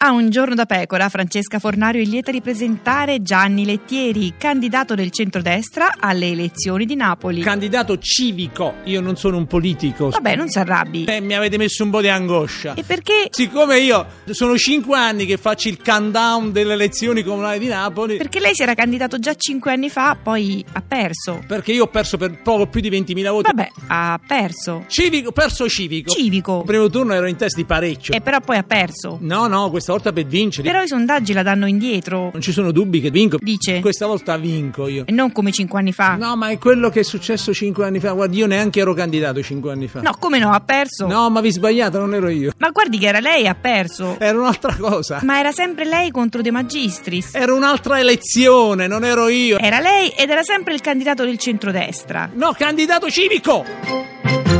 A Un giorno da pecora, Francesca Fornario è lieta di presentare Gianni Lettieri, candidato del centrodestra alle elezioni di Napoli. Candidato civico, io non sono un politico. Vabbè, non si arrabbi. Mi avete messo un po' di angoscia. E perché? Siccome io sono 5 anni che faccio il countdown delle elezioni comunali di Napoli. Perché lei si era candidato già 5 anni fa, poi ha perso. Perché io ho perso per poco più di 20.000 voti. Vabbè, ha perso. Civico, perso civico. Civico. Il primo turno ero in testa di parecchio. E però poi ha perso. No, questa volta per vincere. Però i sondaggi la danno indietro. Non ci sono dubbi che vinco. Dice. Questa volta vinco io. E non come 5 anni fa. No, ma è quello che è successo 5 anni fa. Guardi, io neanche ero candidato 5 anni fa. No, come no, ha perso. No, ma vi sbagliate, non ero io. Ma guardi che era lei, ha perso. Era un'altra cosa. Ma era sempre lei contro De Magistris. Era un'altra elezione, non ero io. Era lei ed era sempre il candidato del centrodestra. No, candidato civico!